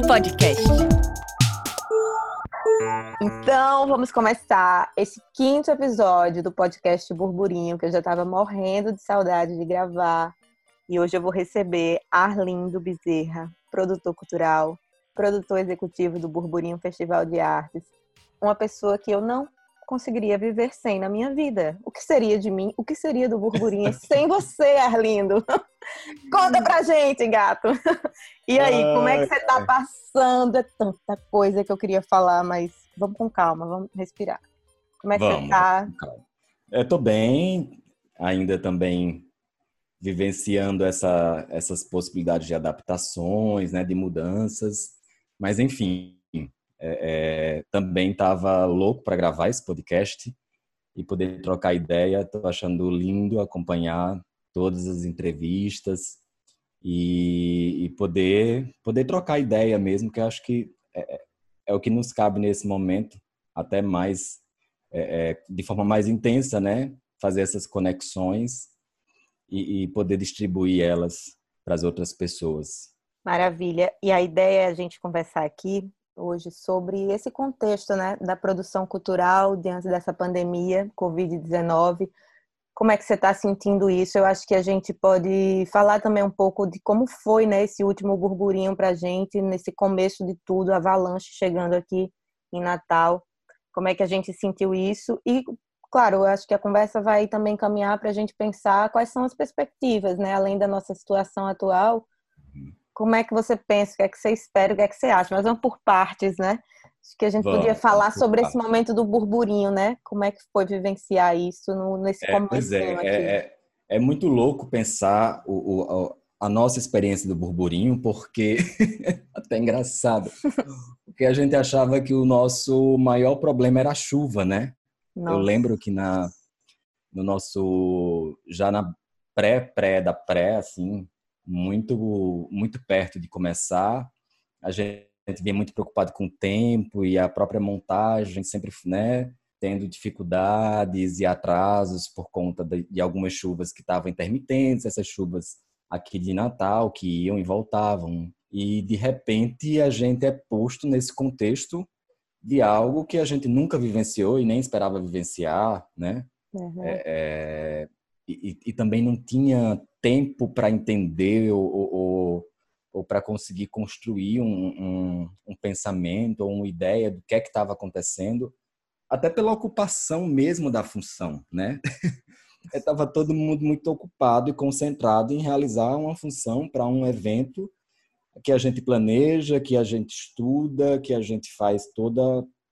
Podcast. Então, vamos começar esse 5º episódio do podcast Burburinho, que eu já estava morrendo de saudade de gravar. E hoje eu vou receber Arlindo Bezerra, produtor cultural, produtor executivo do Burburinho Festival de Artes. Uma pessoa que eu não conseguiria viver sem na minha vida. O que seria de mim? O que seria do Burburinho sem você, Arlindo? Conta pra gente, gato! E aí, como é que você tá passando? É tanta coisa que eu queria falar, mas vamos com calma, vamos respirar. Como é que você tá? Com calma. Eu tô bem, ainda também vivenciando essas possibilidades de adaptações, né, de mudanças, mas enfim, também estava louco para gravar esse podcast e poder trocar ideia. Estou achando lindo acompanhar todas as entrevistas e poder trocar ideia mesmo, que eu acho que é o que nos cabe nesse momento, até mais, de forma mais intensa, né? Fazer essas conexões e poder distribuir elas para as outras pessoas. Maravilha. E a ideia é a gente conversar aqui hoje sobre esse contexto, né, da produção cultural diante dessa pandemia, Covid-19. Como é que você está sentindo isso? Eu acho que a gente pode falar também um pouco de como foi, né, esse último burburinho para a gente, nesse começo de tudo, a avalanche chegando aqui em Natal. Como é que a gente sentiu isso? E, claro, eu acho que a conversa vai também caminhar para a gente pensar quais são as perspectivas, né, além da nossa situação atual. Como é que você pensa? O que é que você espera? O que é que você acha? Mas vamos por partes, né? Acho que a gente podia falar sobre esse momento do burburinho, né? Como é que foi vivenciar isso nesse comecinho aqui? É muito louco pensar a nossa experiência do burburinho, porque até engraçado, porque a gente achava que o nosso maior problema era a chuva, né? Nossa. Eu lembro que no nosso, já na pré da pré, assim, muito perto de começar, a gente vinha muito preocupado com o tempo e a própria montagem, sempre, né, tendo dificuldades e atrasos por conta de algumas chuvas que estavam intermitentes, essas chuvas aqui de Natal que iam e voltavam. E, de repente, a gente é posto nesse contexto de algo que a gente nunca vivenciou e nem esperava vivenciar, né? Uhum. E também não tinha tempo para entender ou para conseguir construir um pensamento ou uma ideia do que é que estava acontecendo, até pela ocupação mesmo da função, né? Estava todo mundo muito ocupado e concentrado em realizar uma função para um evento que a gente planeja, que a gente estuda, que a gente faz toda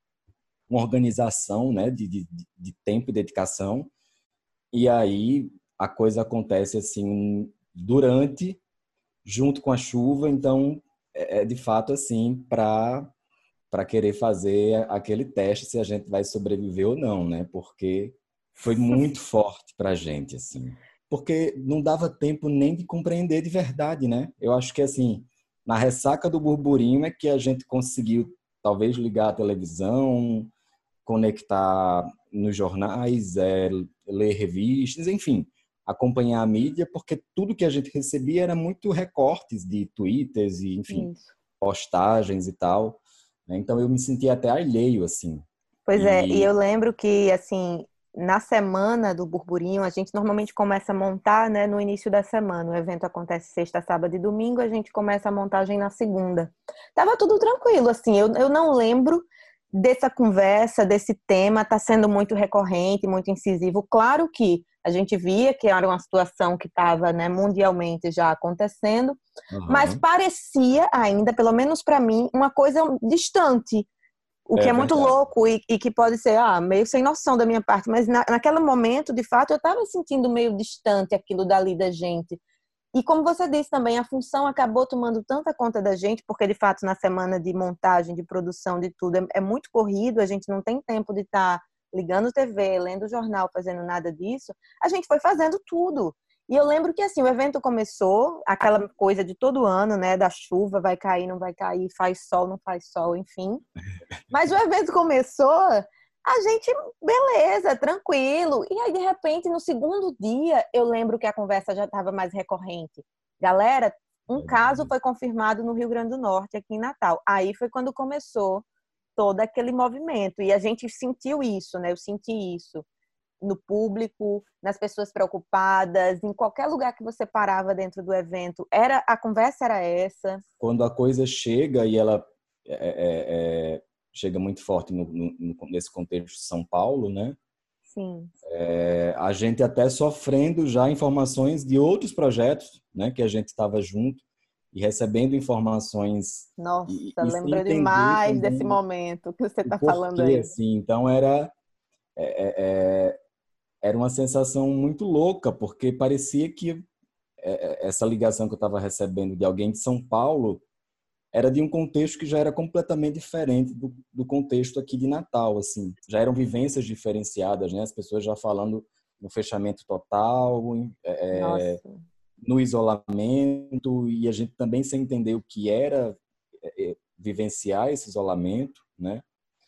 uma organização, né, de tempo e dedicação. E aí a coisa acontece assim durante, junto com a chuva. Então é de fato assim para querer fazer aquele teste se a gente vai sobreviver ou não, né? Porque foi muito forte para a gente, assim. Porque não dava tempo nem de compreender de verdade, né? Eu acho que, assim, na ressaca do burburinho é que a gente conseguiu, talvez, ligar a televisão, conectar nos jornais, ler revistas, enfim, acompanhar a mídia, porque tudo que a gente recebia era muito recortes de twitters e, enfim, postagens e tal. Então eu me senti até alheio, assim. Pois é, e eu lembro que, assim, na semana do burburinho, a gente normalmente começa a montar, né, no início da semana. O evento acontece sexta, sábado e domingo, a gente começa a montagem na segunda. Tava tudo tranquilo, assim, eu não lembro dessa conversa, desse tema, tá sendo muito recorrente, muito incisivo. Claro que a gente via que era uma situação que estava, né, mundialmente já acontecendo, mas parecia ainda, pelo menos para mim, uma coisa distante. O que é muito louco e que pode ser meio sem noção da minha parte, mas naquele momento, de fato, eu estava sentindo meio distante aquilo dali da gente. E como você disse também, a função acabou tomando tanta conta da gente, porque de fato na semana de montagem, de produção, de tudo, é muito corrido, a gente não tem tempo de estar ligando TV, lendo jornal, fazendo nada disso. A gente foi fazendo tudo. E eu lembro que assim, o evento começou, aquela coisa de todo ano, né, da chuva, vai cair, não vai cair, faz sol, não faz sol, enfim. Mas o evento começou, a gente, beleza, tranquilo. E aí, de repente, no segundo dia, eu lembro que a conversa já estava mais recorrente. Galera, Um caso foi confirmado no Rio Grande do Norte, aqui em Natal. Aí foi quando começou todo aquele movimento. E a gente sentiu isso, né? Eu senti isso no público, nas pessoas preocupadas, em qualquer lugar que você parava dentro do evento. A conversa era essa. Quando a coisa chega e ela chega muito forte nesse contexto de São Paulo, né? Sim. A gente até sofrendo já informações de outros projetos, né? Que a gente estava junto e recebendo informações Nossa, e sem lembrei entender demais desse também momento que você o está falando porquê, aí. assim. Então era uma sensação muito louca, porque parecia que essa ligação que eu estava recebendo de alguém de São Paulo era de um contexto que já era completamente diferente do contexto aqui de Natal, assim. Já eram vivências diferenciadas, né? As pessoas já falando no fechamento total, Nossa. no isolamento, e a gente também sem entender o que era vivenciar esse isolamento, né?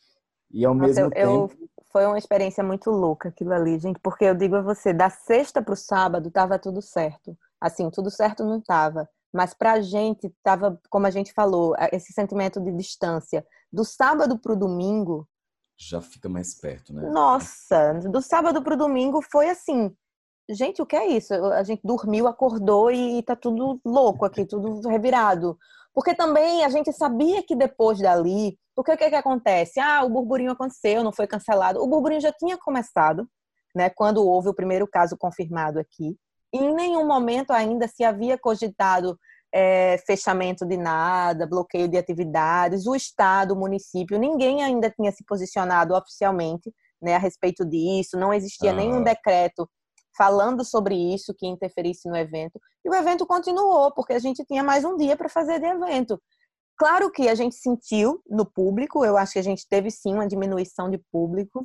E ao Nossa, mesmo tempo... foi uma experiência muito louca aquilo ali, gente, porque eu digo a você, da sexta para o sábado tava tudo certo. Assim, tudo certo não tava, mas pra gente tava, como a gente falou, esse sentimento de distância. Do sábado pro domingo, Já fica mais perto, né? nossa, do sábado pro domingo foi assim, gente, o que é isso? A gente dormiu, acordou e tá tudo louco aqui, tudo revirado. Porque também a gente sabia que depois dali, porque o que é que acontece? Ah, o burburinho aconteceu, não foi cancelado. O burburinho já tinha começado, né, quando houve o primeiro caso confirmado aqui. E em nenhum momento ainda se havia cogitado fechamento de nada, bloqueio de atividades, o Estado, o município, ninguém ainda tinha se posicionado oficialmente, né, a respeito disso, não existia nenhum Aham. decreto falando sobre isso que interferisse no evento. E o evento continuou, porque a gente tinha mais um dia para fazer de evento. Claro que a gente sentiu no público, eu acho que a gente teve sim uma diminuição de público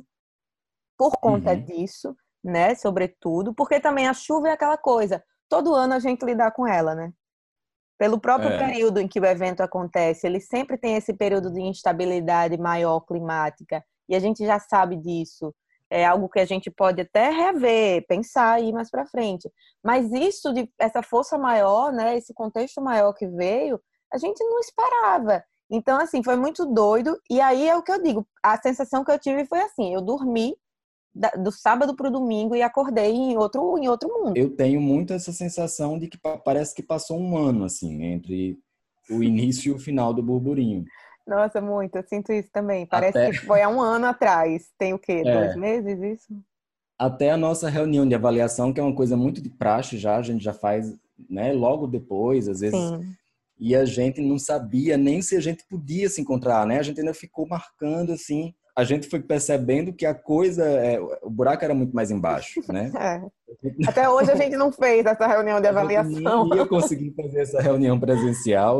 por conta Uhum. disso, né? Sobretudo, porque também a chuva é aquela coisa, todo ano a gente lidar com ela, né? Pelo próprio É, período em que o evento acontece, ele sempre tem esse período de instabilidade maior climática, e a gente já sabe disso. É algo que a gente pode até rever, pensar aí mais para frente. Mas isso de essa força maior, né, esse contexto maior que veio, a gente não esperava. Então, assim, foi muito doido. E aí é o que eu digo, a sensação que eu tive foi assim, eu dormi do sábado para o domingo e acordei em outro mundo. eu tenho muito essa sensação de que parece que passou um ano, assim, entre o início e o final do burburinho. Nossa, muito, eu sinto isso também. Parece Até, que foi há um ano atrás. Tem o quê? Dois é, meses isso? até a nossa reunião de avaliação, que é uma coisa muito de praxe já, a gente já faz, né, logo depois, às vezes, Sim. e a gente não sabia nem se a gente podia se encontrar, né? A gente ainda ficou marcando, assim, a gente foi percebendo que a coisa, o buraco era muito mais embaixo, né? É. Até hoje a gente não fez essa reunião de A gente não avaliação. ia conseguir fazer essa reunião presencial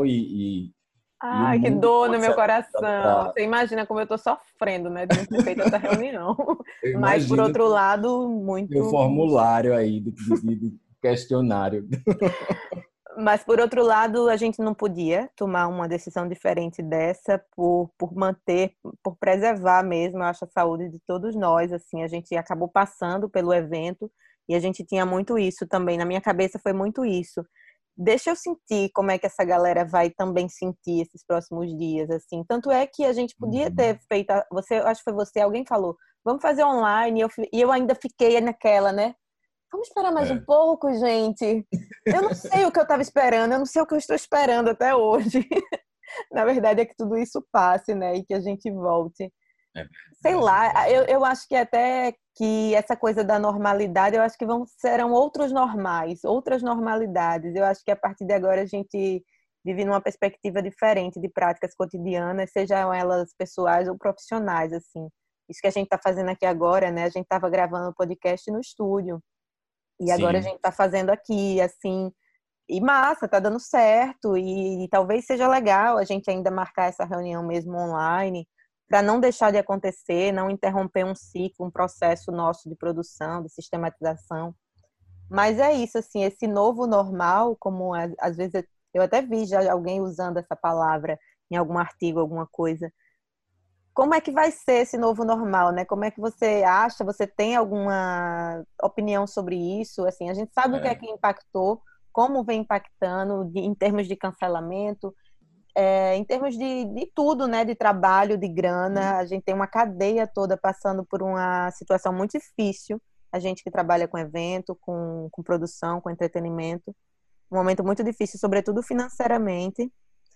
e o Ai, que mundo dor no todo se meu adaptando coração. para... Você imagina como eu tô sofrendo, né, de não ter feito essa reunião. Eu Mas, por imagino outro lado, o muito. formulário aí de questionário. Mas, por outro lado, a gente não podia tomar uma decisão diferente dessa por manter, por preservar mesmo, eu acho, a saúde de todos nós. Assim, a gente acabou passando pelo evento e a gente tinha muito isso também. Na minha cabeça foi muito isso. Deixa eu sentir como é que essa galera vai também sentir esses próximos dias, assim. Tanto é que a gente podia ter Uhum. feito, acho que foi você, alguém falou, vamos fazer online, e eu ainda fiquei naquela, né? Vamos esperar mais um É, pouco, gente. Eu não sei o que eu estava esperando, eu não sei o que eu estou esperando até hoje. Na verdade, é que tudo isso passe, né? E que a gente volte. é Sei verdade, é lá, verdade. eu acho que até que essa coisa da normalidade, eu acho que serão outros normais, outras normalidades. Eu acho que a partir de agora a gente vive numa perspectiva diferente de práticas cotidianas, sejam elas pessoais ou profissionais, assim. Isso que a gente está fazendo aqui agora, né? A gente estava gravando o podcast no estúdio. E agora a Sim, gente está fazendo aqui, assim, e massa, tá dando certo. E talvez seja legal a gente ainda marcar essa reunião mesmo online, para não deixar de acontecer, não interromper um ciclo, um processo nosso de produção, de sistematização. Mas é isso, assim, esse novo normal, como às vezes eu até vi já alguém usando essa palavra em algum artigo, alguma coisa. Como é que vai ser esse novo normal, né? Como é que você acha? Você tem alguma opinião sobre isso? Assim, a gente sabe o que é é, que impactou como vem impactando em termos de cancelamento, em termos de tudo, né? De trabalho, de grana. A gente tem uma cadeia toda passando por uma situação muito difícil. A gente que trabalha com evento, com produção, com entretenimento. Um momento muito difícil, sobretudo financeiramente.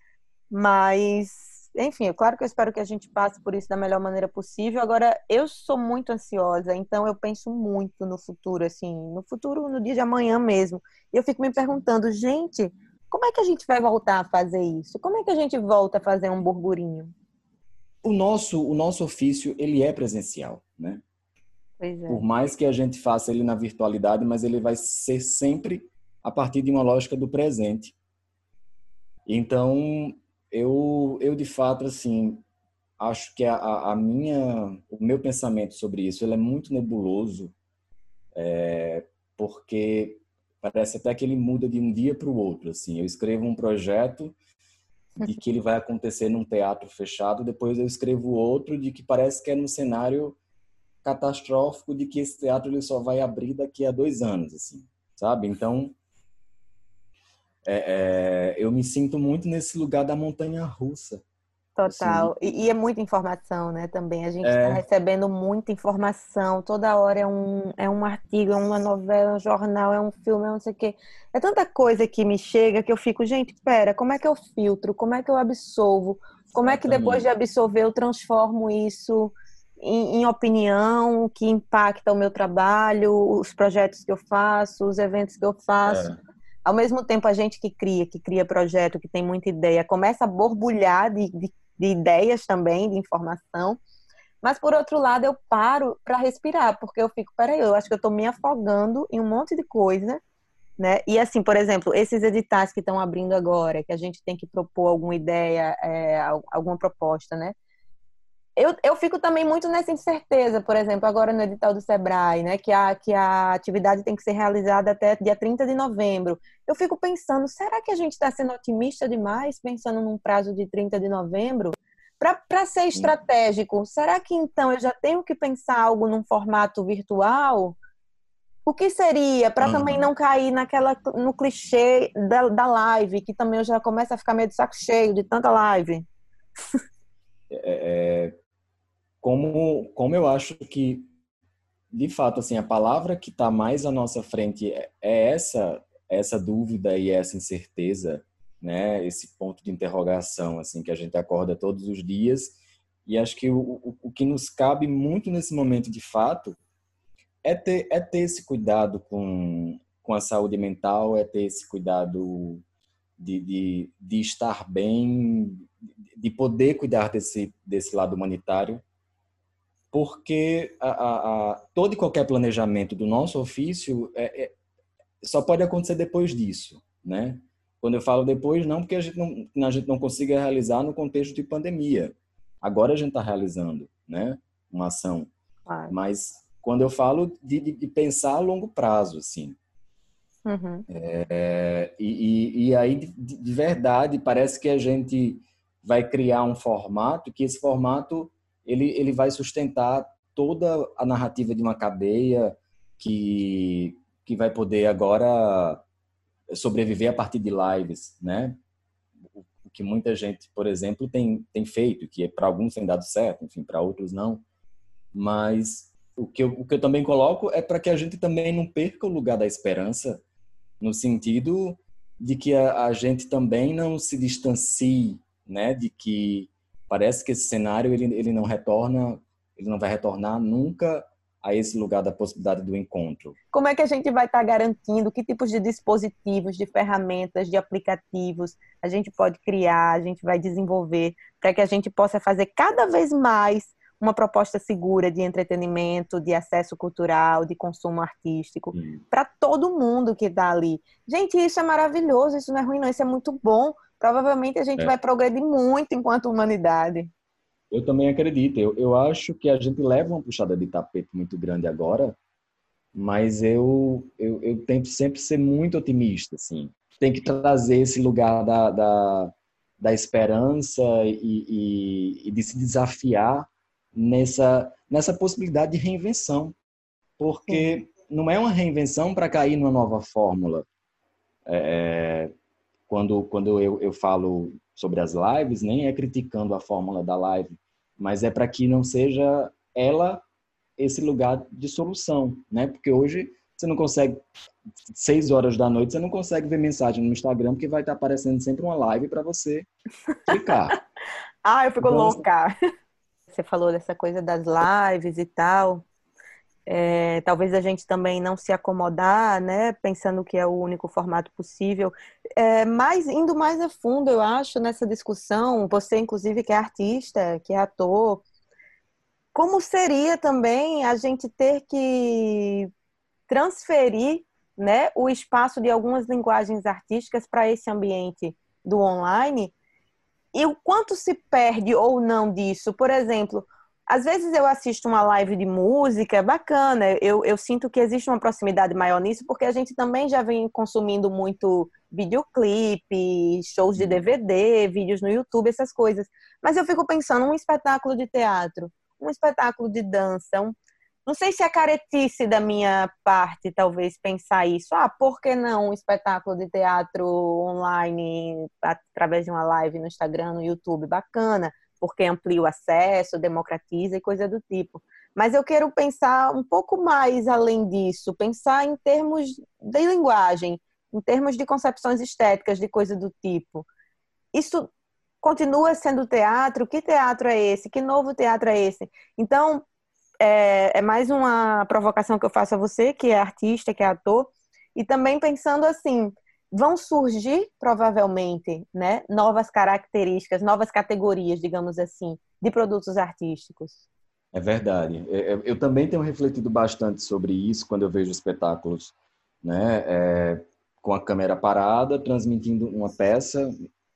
Mas, enfim, é claro que eu espero que a gente passe por isso da melhor maneira possível. Agora, eu sou muito ansiosa, então eu penso muito no futuro, assim, no futuro, no dia de amanhã mesmo. E eu fico me perguntando, gente, como é que a gente vai voltar a fazer isso? Como é que a gente volta a fazer um burburinho? O nosso ofício, ele é presencial, né? Pois Por é. mais que a gente faça ele na virtualidade, mas ele vai ser sempre a partir de uma lógica do presente. Então, eu de fato, assim, acho que o meu pensamento sobre isso, ele é muito nebuloso, porque parece até que ele muda de um dia para o outro, assim. Eu escrevo um projeto de que ele vai acontecer num teatro fechado, depois eu escrevo outro de que parece que é num cenário catastrófico de que esse teatro ele só vai abrir daqui a 2 anos, assim, sabe? Então, eu me sinto muito nesse lugar da montanha-russa, assim, Total. E é muita informação, né? Também a gente está é, recebendo muita informação. Toda hora é um artigo, é uma novela, é um jornal, é um filme, é não sei o quê. É tanta coisa que me chega que eu fico, gente, espera, como é que eu filtro? Como é que eu absolvo? Como é que depois de exatamente. absorver eu transformo isso em opinião que impacta o meu trabalho, os projetos que eu faço, os eventos que eu faço? É. Ao mesmo tempo, a gente que cria projeto, que tem muita ideia, começa a borbulhar de ideias também, de informação. Mas, por outro lado, eu paro para respirar, porque eu fico, peraí, eu acho que eu estou me afogando em um monte de coisa, né? E, assim, por exemplo, esses editais que estão abrindo agora, que a gente tem que propor alguma ideia, alguma proposta, né? Eu fico também muito nessa incerteza, por exemplo, agora no edital do Sebrae, né, que a atividade tem que ser realizada até dia 30 de novembro. Eu fico pensando, será que a gente está sendo otimista demais, pensando num prazo de 30 de novembro? Para ser estratégico, será que então eu já tenho que pensar algo num formato virtual? O que seria, para também Uhum. não cair no clichê da live, que também eu já começo a ficar meio de saco cheio de tanta live? Como eu acho que, de fato, assim, a palavra que está mais à nossa frente é essa dúvida e essa incerteza, né? Esse ponto de interrogação, assim, que a gente acorda todos os dias. E acho que o que nos cabe muito nesse momento, de fato, é ter esse cuidado com a saúde mental, é ter esse cuidado de estar bem, de poder cuidar desse lado humanitário, porque todo e qualquer planejamento do nosso ofício só pode acontecer depois disso, né? Quando eu falo depois, não porque a gente não consiga realizar no contexto de pandemia. Agora a gente está realizando, né, uma ação. Claro. Mas quando eu falo de pensar a longo prazo, assim, Uhum. e aí de verdade parece que a gente vai criar um formato que esse formato ele vai sustentar toda a narrativa de uma cadeia que vai poder agora sobreviver a partir de lives, né? O que muita gente, por exemplo, tem feito, que para alguns tem dado certo, enfim, para outros não. Mas o que eu também coloco é para que a gente também não perca o lugar da esperança, no sentido de que a gente também não se distancie, né? De que parece que esse cenário ele não vai retornar nunca a esse lugar da possibilidade do encontro. Como é que a gente vai estar garantindo que tipos de dispositivos, de ferramentas, de aplicativos a gente pode criar, a gente vai desenvolver para que a gente possa fazer cada vez mais uma proposta segura de entretenimento, de acesso cultural, de consumo artístico, Sim. para todo mundo que está ali. Gente, isso é maravilhoso, isso não é ruim, não, isso é muito bom. Provavelmente a gente vai É. progredir muito enquanto humanidade. Eu também acredito. Eu acho que a gente leva uma puxada de tapete muito grande agora, mas eu tento sempre ser muito otimista, assim. Tem que trazer esse lugar da esperança e de se desafiar nessa possibilidade de reinvenção, Sim. porque não é uma reinvenção para cair numa nova fórmula. Quando eu falo sobre as lives, nem é criticando a fórmula da live, mas é para que não seja ela esse lugar de solução, né? Porque hoje você não consegue, 6 horas da noite, você não consegue ver mensagem no Instagram, porque vai estar aparecendo sempre uma live para você clicar. Ah, eu fico Então, louca. Você falou dessa coisa das lives e tal. Talvez a gente também não se acomodar, né? Pensando que é o único formato possível. Mas indo mais a fundo, eu acho, nessa discussão, você, inclusive, que é artista, que é ator, como seria também a gente ter que transferir, né, o espaço de algumas linguagens artísticas para esse ambiente do online e o quanto se perde ou não disso. Por exemplo, às vezes eu assisto uma live de música, bacana, eu sinto que existe uma proximidade maior nisso, porque a gente também já vem consumindo muito videoclipe, shows de DVD, vídeos no YouTube, essas coisas. Mas eu fico pensando, um espetáculo de teatro, um espetáculo de dança, não sei se é caretice da minha parte, talvez, pensar isso. Ah, por que não um espetáculo de teatro online, através de uma live no Instagram, no YouTube? Bacana, porque amplia o acesso, democratiza e coisa do tipo. Mas eu quero pensar um pouco mais além disso, pensar em termos de linguagem, em termos de concepções estéticas, de coisa do tipo. Isso continua sendo teatro? Que teatro é esse? Que novo teatro é esse? Então, é mais uma provocação que eu faço a você, que é artista, que é ator, e também pensando assim, vão surgir provavelmente, né, novas características, novas categorias, digamos assim, de produtos artísticos. é verdade. Eu também tenho refletido bastante sobre isso quando eu vejo espetáculos, né, com a câmera parada, transmitindo uma peça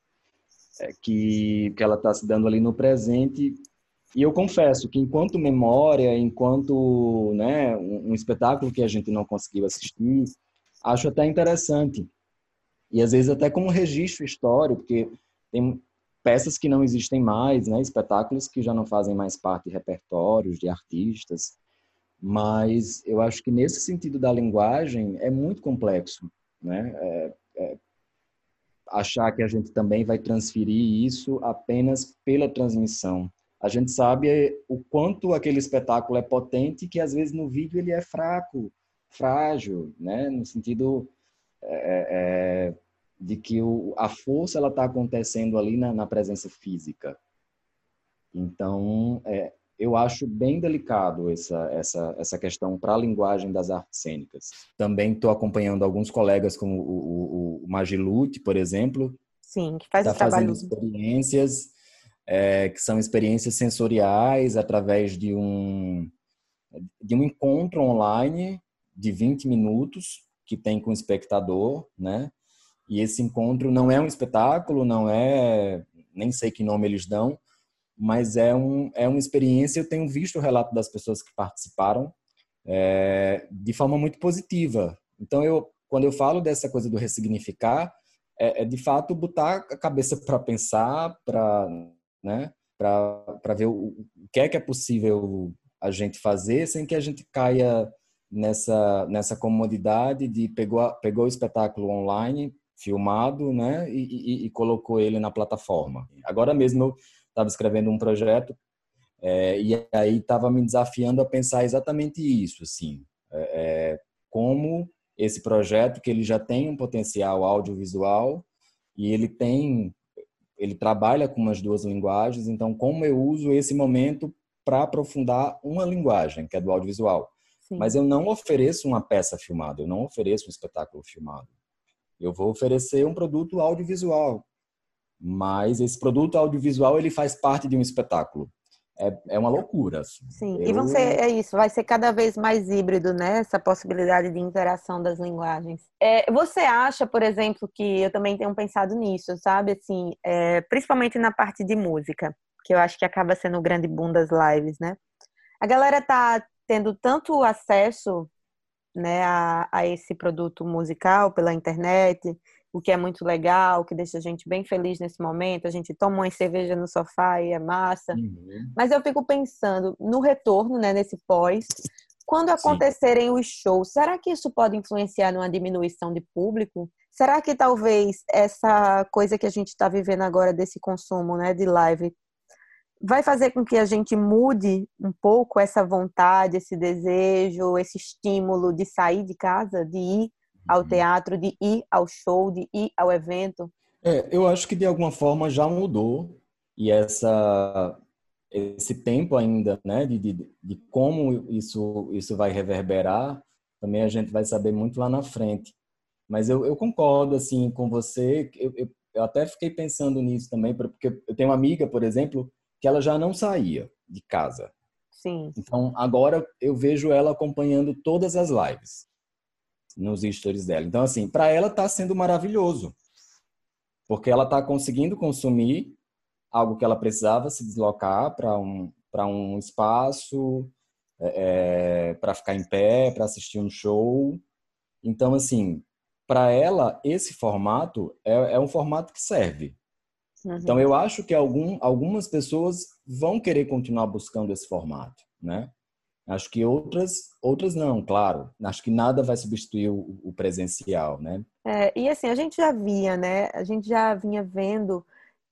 que ela está se dando ali no presente. E eu confesso que enquanto memória, enquanto, né, um espetáculo que a gente não conseguiu assistir, acho até interessante. E às vezes até como registro histórico, porque tem peças que não existem mais, né, espetáculos que já não fazem mais parte de repertórios de artistas. Mas eu acho que nesse sentido da linguagem é muito complexo, né? Achar que a gente também vai transferir isso apenas pela transmissão. A gente sabe o quanto aquele espetáculo é potente, que às vezes no vídeo ele é fraco, frágil, né? No sentido de que a força ela está acontecendo ali na presença física. Então, eu acho bem delicado essa questão para a linguagem das artes cênicas. Também estou acompanhando alguns colegas, como o Magilute, por exemplo, Sim, que faz está o fazendo trabalho. experiências que são experiências sensoriais através de um encontro online de 20 minutos que tem com o espectador, né? E esse encontro não é um espetáculo, não é, nem sei que nome eles dão, mas é uma experiência. Eu tenho visto o relato das pessoas que participaram de forma muito positiva. Então, quando eu falo dessa coisa do ressignificar, de fato botar a cabeça para pensar, para, né, para ver o que é possível a gente fazer sem que a gente caia nessa comodidade de pegou o espetáculo online filmado, né, e colocou ele na plataforma. Agora mesmo eu estava escrevendo um projeto e aí estava me desafiando a pensar exatamente isso, assim, como esse projeto que ele já tem um potencial audiovisual e ele trabalha com umas duas linguagens, então como eu uso esse momento para aprofundar uma linguagem, que é do audiovisual. Sim. Mas eu não ofereço uma peça filmada, eu não ofereço um espetáculo filmado. Eu vou oferecer um produto audiovisual, mas esse produto audiovisual ele faz parte de um espetáculo. É uma loucura. Assim. Sim, e vão ser, é isso, vai ser cada vez mais híbrido, né? Essa possibilidade de interação das linguagens. Você acha, por exemplo, que eu também tenho pensado nisso, sabe? Assim, principalmente na parte de música, que eu acho que acaba sendo o grande boom das lives, né? A galera tá tendo tanto acesso, né, a esse produto musical pela internet, o que é muito legal, o que deixa a gente bem feliz nesse momento. A gente toma uma cerveja no sofá e é massa. Uhum. Mas eu fico pensando no retorno, né, nesse pós, Quando Sim. acontecerem os shows, será que isso pode influenciar numa diminuição de público? Será que talvez essa coisa que a gente está vivendo agora desse consumo, né, de live, vai fazer com que a gente mude um pouco essa vontade, esse desejo, esse estímulo de sair de casa, de ir ao teatro, de ir ao show, de ir ao evento? Eu acho que de alguma forma já mudou e esse tempo ainda, né, de como isso vai reverberar, também a gente vai saber muito lá na frente. Mas eu concordo, assim, com você. Eu até fiquei pensando nisso também, porque eu tenho uma amiga, por exemplo, que ela já não saía de casa. Sim. Então, agora eu vejo ela acompanhando todas as lives nos stories dela. Então, assim, para ela está sendo maravilhoso, porque ela está conseguindo consumir algo que ela precisava se deslocar para um espaço, para ficar em pé, para assistir um show. Então, assim, para ela, esse formato é um formato que serve. Então, Uhum. eu acho que algumas pessoas vão querer continuar buscando esse formato, né? Acho que outras não, claro. Acho que nada vai substituir o presencial, né? E assim, a gente já via, né? A gente já vinha vendo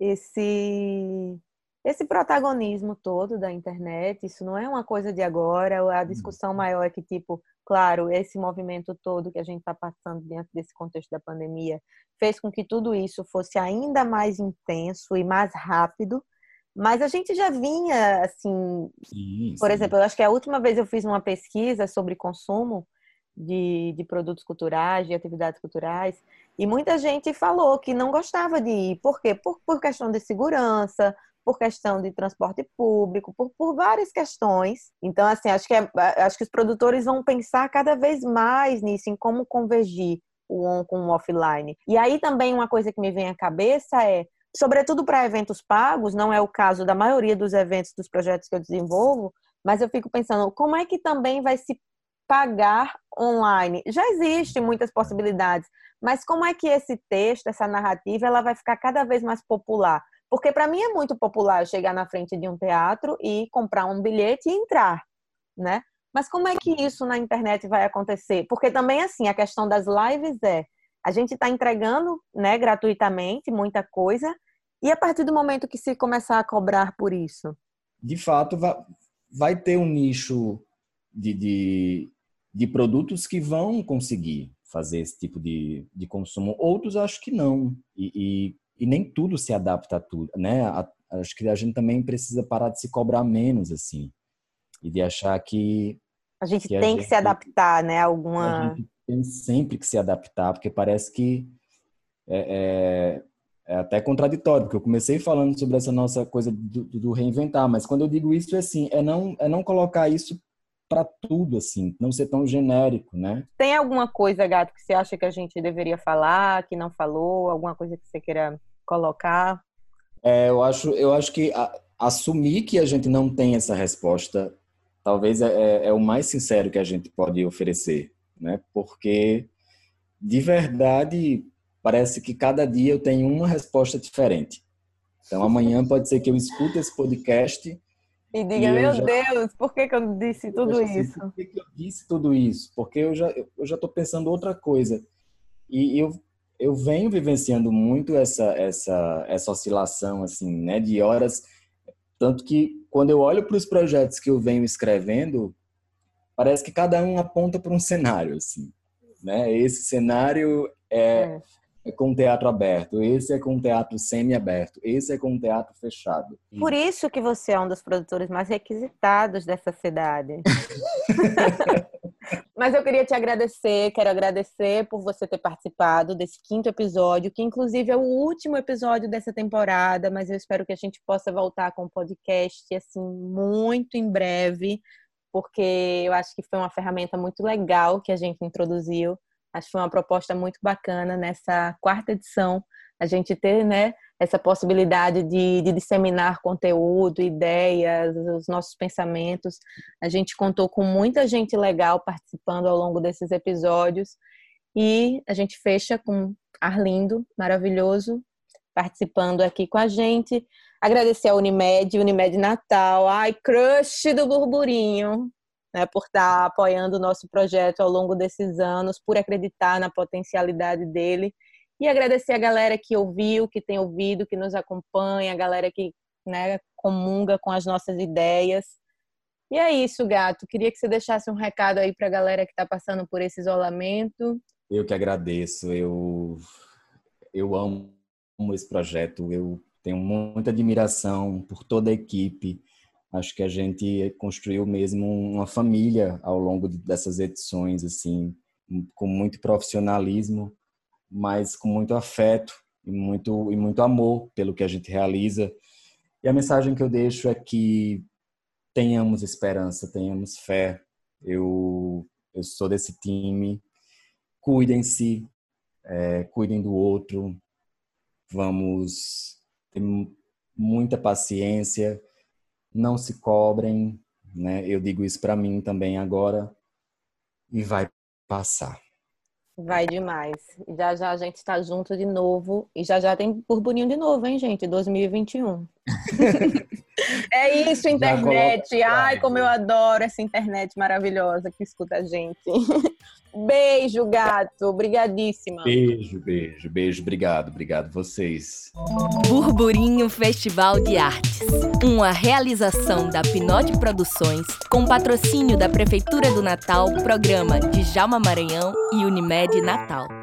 esse protagonismo todo da internet. Isso não é uma coisa de agora. A discussão maior é que, tipo, claro, esse movimento todo que a gente está passando dentro desse contexto da pandemia fez com que tudo isso fosse ainda mais intenso e mais rápido. Mas a gente já vinha, assim, Sim, por sim. exemplo, eu acho que a última vez eu fiz uma pesquisa sobre consumo de produtos culturais, de atividades culturais, e muita gente falou que não gostava de ir. Por quê? Por questão de segurança, por questão de transporte público, por várias questões. Então, assim, acho que os produtores vão pensar cada vez mais nisso, em como convergir o on com o offline. E aí também uma coisa que me vem à cabeça é, sobretudo para eventos pagos, não é o caso da maioria dos eventos dos projetos que eu desenvolvo, mas eu fico pensando, como é que também vai se pagar online? Já existem muitas possibilidades, mas como é que esse texto, essa narrativa, ela vai ficar cada vez mais popular? Porque para mim é muito popular eu chegar na frente de um teatro e comprar um bilhete e entrar, né? Mas como é que isso na internet vai acontecer? Porque também, assim, a questão das lives a gente está entregando, né, gratuitamente muita coisa, e a partir do momento que se começar a cobrar por isso? De fato, vai ter um nicho de, de, de produtos que vão conseguir fazer esse tipo de consumo. Outros acho que não. E nem tudo se adapta a tudo, né? Acho que a gente também precisa parar de se cobrar menos, assim. E de achar A gente que tem que se adaptar, né? a Alguma. gente tem sempre que se adaptar, porque parece que é até contraditório, porque eu comecei falando sobre essa nossa coisa do reinventar, mas quando eu digo isso, é assim, é não colocar isso para tudo, assim, não ser tão genérico, né? Tem alguma coisa, Gato, que você acha que a gente deveria falar, que não falou? Alguma coisa que você queira colocar? Eu acho que assumir que a gente não tem essa resposta, talvez é o mais sincero que a gente pode oferecer, né? Porque, de verdade, parece que cada dia eu tenho uma resposta diferente. Então, amanhã pode ser que eu escute esse podcast E e diga, eu meu já Deus, por que que eu disse tudo acho assim, por isso? que que eu disse tudo isso? Porque eu já estou pensando outra coisa. E eu venho vivenciando muito essa oscilação, assim, né, de horas. Tanto que, quando eu olho para os projetos que eu venho escrevendo, parece que cada um aponta para um cenário, assim, né? Esse cenário É. é com o teatro aberto, esse é com o teatro semi-aberto, esse é com o teatro fechado. Por isso que você é um dos produtores mais requisitados dessa cidade. Mas eu queria te agradecer, quero agradecer por você ter participado desse quinto episódio, que inclusive é o último episódio dessa temporada, mas eu espero que a gente possa voltar com o podcast assim muito em breve, porque eu acho que foi uma ferramenta muito legal que a gente introduziu. Acho que foi uma proposta muito bacana nessa quarta edição, a gente ter, né, essa possibilidade de disseminar conteúdo, ideias, os nossos pensamentos. A gente contou com muita gente legal participando ao longo desses episódios e a gente fecha com Arlindo, maravilhoso, participando aqui com a gente. Agradecer a Unimed Natal, ai, crush do Burburinho. né, por estar apoiando o nosso projeto ao longo desses anos, por acreditar na potencialidade dele. E agradecer a galera que ouviu, que tem ouvido, que nos acompanha, a galera que, né, comunga com as nossas ideias. E é isso, Gato. Queria que você deixasse um recado aí para a galera que está passando por esse isolamento. Eu que agradeço. Eu amo esse projeto. Eu tenho muita admiração por toda a equipe. Acho que a gente construiu mesmo uma família ao longo dessas edições, assim, com muito profissionalismo, mas com muito afeto e muito amor pelo que a gente realiza. E a mensagem que eu deixo é que tenhamos esperança, tenhamos fé. Eu sou desse time. Cuidem-se, cuidem do outro. Vamos ter muita paciência. Não se cobrem, né? Eu digo isso para mim também agora. E vai passar. Vai demais. Já já a gente está junto de novo. E já já tem burburinho de novo, hein, gente? 2021. É isso, internet. Ai, como eu adoro essa internet maravilhosa que escuta a gente. Beijo, Gato. Obrigadíssima. Beijo. Obrigado vocês. Burburinho Festival de Artes. Uma realização da Pinote Produções, com patrocínio da Prefeitura do Natal, Programa Djalma Maranhão e Unimed Natal.